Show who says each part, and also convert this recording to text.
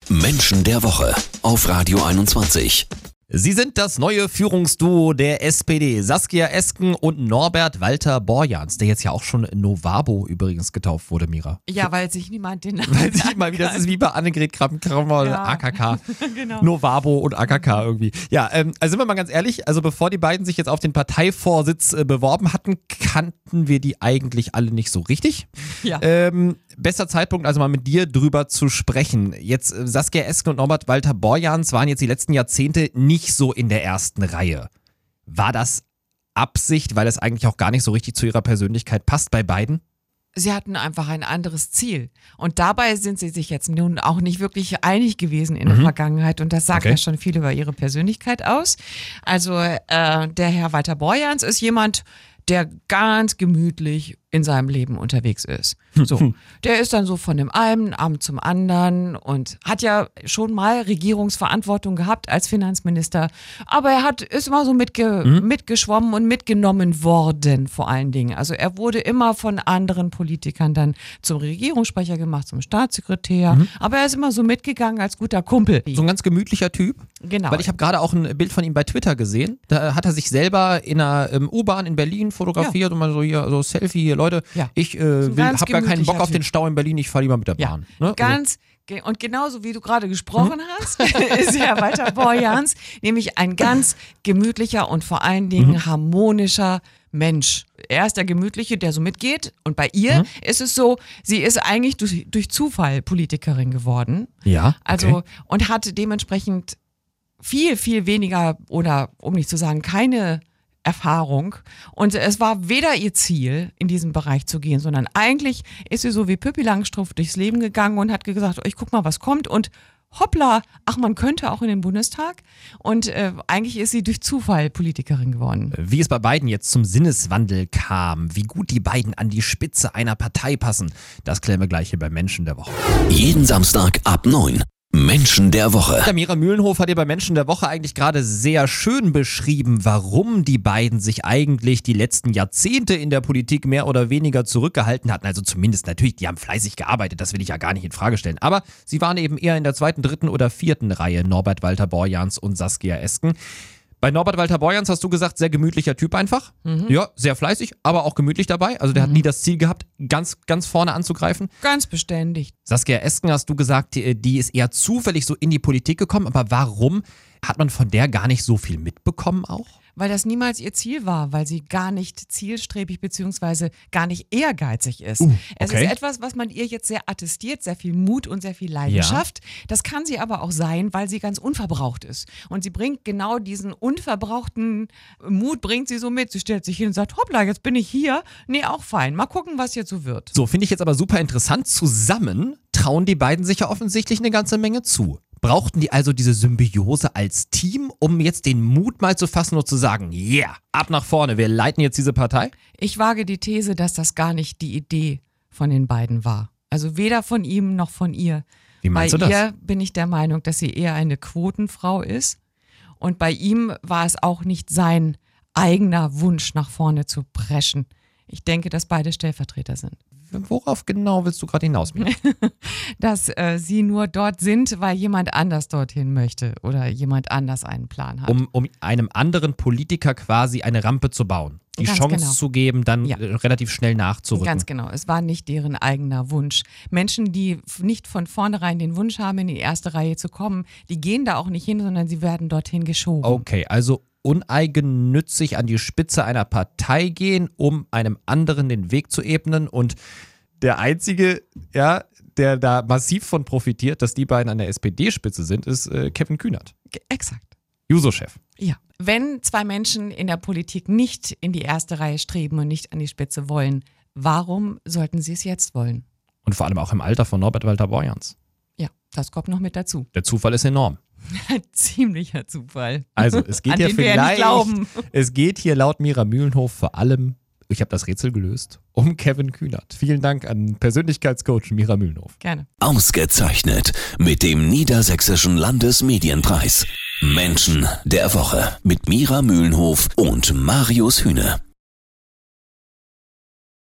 Speaker 1: Menschen der Woche auf Radio 21.
Speaker 2: Sie sind das neue Führungsduo der SPD. Saskia Esken und Norbert Walter Borjans, der jetzt ja auch schon Novabo übrigens getauft wurde, Mira.
Speaker 3: Ja, weil sich niemand den Namen
Speaker 2: Weil sich mal wieder, das ist wie bei Annegret Kramp-Karrenbauer,
Speaker 3: Ja.
Speaker 2: AKK,
Speaker 3: Genau.
Speaker 2: Novabo und AKK irgendwie. Ja, also sind wir mal ganz ehrlich, also bevor die beiden sich jetzt auf den Parteivorsitz beworben hatten, kannten wir die eigentlich alle nicht so richtig.
Speaker 3: Ja.
Speaker 2: Bester Zeitpunkt, also mal mit dir drüber zu sprechen. Jetzt Saskia Esken und Norbert Walter Borjans waren jetzt die letzten Jahrzehnte nicht so in der ersten Reihe. War das Absicht, weil es eigentlich auch gar nicht so richtig zu ihrer Persönlichkeit passt bei beiden?
Speaker 3: Sie hatten einfach ein anderes Ziel. Und dabei sind sie sich jetzt nun auch nicht wirklich einig gewesen in der Vergangenheit. Und das sagt
Speaker 2: Okay.
Speaker 3: ja schon viel über ihre Persönlichkeit aus. Also der Herr Walter Borjans ist jemand, der ganz gemütlich in seinem Leben unterwegs ist. So, der ist dann so von dem einen Amt zum anderen und hat ja schon mal Regierungsverantwortung gehabt als Finanzminister, aber ist immer so mitgeschwommen und mitgenommen worden vor allen Dingen. Also er wurde immer von anderen Politikern dann zum Regierungssprecher gemacht, zum Staatssekretär, aber er ist immer so mitgegangen als guter Kumpel.
Speaker 2: So ein ganz gemütlicher Typ.
Speaker 3: Genau.
Speaker 2: Weil ich habe gerade auch ein Bild von ihm bei Twitter gesehen. Da hat er sich selber in einer U-Bahn in Berlin fotografiert und mal so hier, so Selfie hier, Leute,
Speaker 3: Ja.
Speaker 2: ich
Speaker 3: ein ganz
Speaker 2: habe gar keinen Bock
Speaker 3: gemütlicher
Speaker 2: auf den
Speaker 3: Typ.
Speaker 2: Stau in Berlin, ich fahre lieber mit der Bahn. Ne?
Speaker 3: Und genauso wie du gerade gesprochen hast, ist Herr Walter Borjans nämlich ein ganz gemütlicher und vor allen Dingen harmonischer Mensch. Er ist der Gemütliche, der so mitgeht. Und bei ihr ist es so, sie ist eigentlich durch Zufall Politikerin geworden.
Speaker 2: Ja, okay.
Speaker 3: Also, und hat dementsprechend viel, viel weniger oder um nicht zu sagen, keine Erfahrung. Und es war weder ihr Ziel, in diesen Bereich zu gehen, sondern eigentlich ist sie so wie Pippi Langstrumpf durchs Leben gegangen und hat gesagt, ich guck mal, was kommt und hoppla, ach, man könnte auch in den Bundestag. Und eigentlich ist sie durch Zufall Politikerin geworden.
Speaker 2: Wie es bei beiden jetzt zum Sinneswandel kam, wie gut die beiden an die Spitze einer Partei passen, das klären wir gleich hier bei Menschen der Woche.
Speaker 1: Jeden Samstag ab 9. Menschen der Woche.
Speaker 2: Ja, Mira Mühlenhof hat ja bei Menschen der Woche eigentlich gerade sehr schön beschrieben, warum die beiden sich eigentlich die letzten Jahrzehnte in der Politik mehr oder weniger zurückgehalten hatten. Also zumindest natürlich, die haben fleißig gearbeitet, das will ich ja gar nicht in Frage stellen. Aber sie waren eben eher in der zweiten, dritten oder vierten Reihe, Norbert Walter Borjans und Saskia Esken. Bei Norbert Walter Borjans hast du gesagt, sehr gemütlicher Typ einfach. Ja, sehr fleißig, aber auch gemütlich dabei. Also der hat nie das Ziel gehabt, ganz vorne anzugreifen.
Speaker 3: Ganz beständig.
Speaker 2: Saskia Esken hast du gesagt, die ist eher zufällig so in die Politik gekommen. Aber warum hat man von der gar nicht so viel mitbekommen auch?
Speaker 3: Weil das niemals ihr Ziel war, weil sie gar nicht zielstrebig bzw. gar nicht ehrgeizig ist. Es
Speaker 2: okay.
Speaker 3: ist etwas, was man ihr jetzt sehr attestiert, sehr viel Mut und sehr viel Leidenschaft. Das kann sie aber auch sein, weil sie ganz unverbraucht ist. Und sie bringt genau diesen unverbrauchten Mut, bringt sie so mit. Sie stellt sich hin und sagt, hoppla, jetzt bin ich hier. Nee, auch fein. Mal gucken, was jetzt so wird.
Speaker 2: So, finde ich jetzt aber super interessant. Zusammen trauen die beiden sich ja offensichtlich eine ganze Menge zu. Brauchten die also diese Symbiose als Team, um jetzt den Mut mal zu fassen und zu sagen, yeah, ab nach vorne, wir leiten jetzt diese Partei?
Speaker 3: Ich wage die These, dass das gar nicht die Idee von den beiden war. Also weder von ihm noch von ihr.
Speaker 2: Wie meinst du das?
Speaker 3: Bei ihr bin ich der Meinung, dass sie eher eine Quotenfrau ist. Und bei ihm war es auch nicht sein eigener Wunsch, nach vorne zu preschen. Ich denke, dass beide Stellvertreter sind.
Speaker 2: Worauf genau willst du gerade hinaus, Mira?
Speaker 3: Dass sie nur dort sind, weil jemand anders dorthin möchte oder jemand anders einen Plan hat.
Speaker 2: Um einem anderen Politiker quasi eine Rampe zu bauen. Die
Speaker 3: Ganz
Speaker 2: Chance
Speaker 3: genau.
Speaker 2: zu geben, dann
Speaker 3: Ja.
Speaker 2: relativ schnell nachzurücken.
Speaker 3: Ganz genau. Es war nicht deren eigener Wunsch. Menschen, die nicht von vornherein den Wunsch haben, in die erste Reihe zu kommen, die gehen da auch nicht hin, sondern sie werden dorthin geschoben.
Speaker 2: Okay, also uneigennützig an die Spitze einer Partei gehen, um einem anderen den Weg zu ebnen. Und der Einzige, ja, der da massiv von profitiert, dass die beiden an der SPD-Spitze sind, ist Kevin Kühnert,
Speaker 3: Exakt.
Speaker 2: Juso-Chef.
Speaker 3: Ja. Wenn zwei Menschen in der Politik nicht in die erste Reihe streben und nicht an die Spitze wollen, warum sollten sie es jetzt wollen?
Speaker 2: Und vor allem auch im Alter von Norbert Walter Borjans.
Speaker 3: Ja, das kommt noch mit dazu.
Speaker 2: Der Zufall ist enorm.
Speaker 3: Ein ziemlicher Zufall.
Speaker 2: Also es geht
Speaker 3: An
Speaker 2: ja
Speaker 3: den wir ja nicht
Speaker 2: vielleicht,
Speaker 3: glauben.
Speaker 2: es geht hier laut Mira Mühlenhof vor allem, ich habe das Rätsel gelöst, um Kevin Kühnert. Vielen Dank an Persönlichkeitscoach Mira Mühlenhof.
Speaker 3: Gerne.
Speaker 1: Ausgezeichnet mit dem Niedersächsischen Landesmedienpreis. Menschen der Woche mit Mira Mühlenhof und Marius Hühne.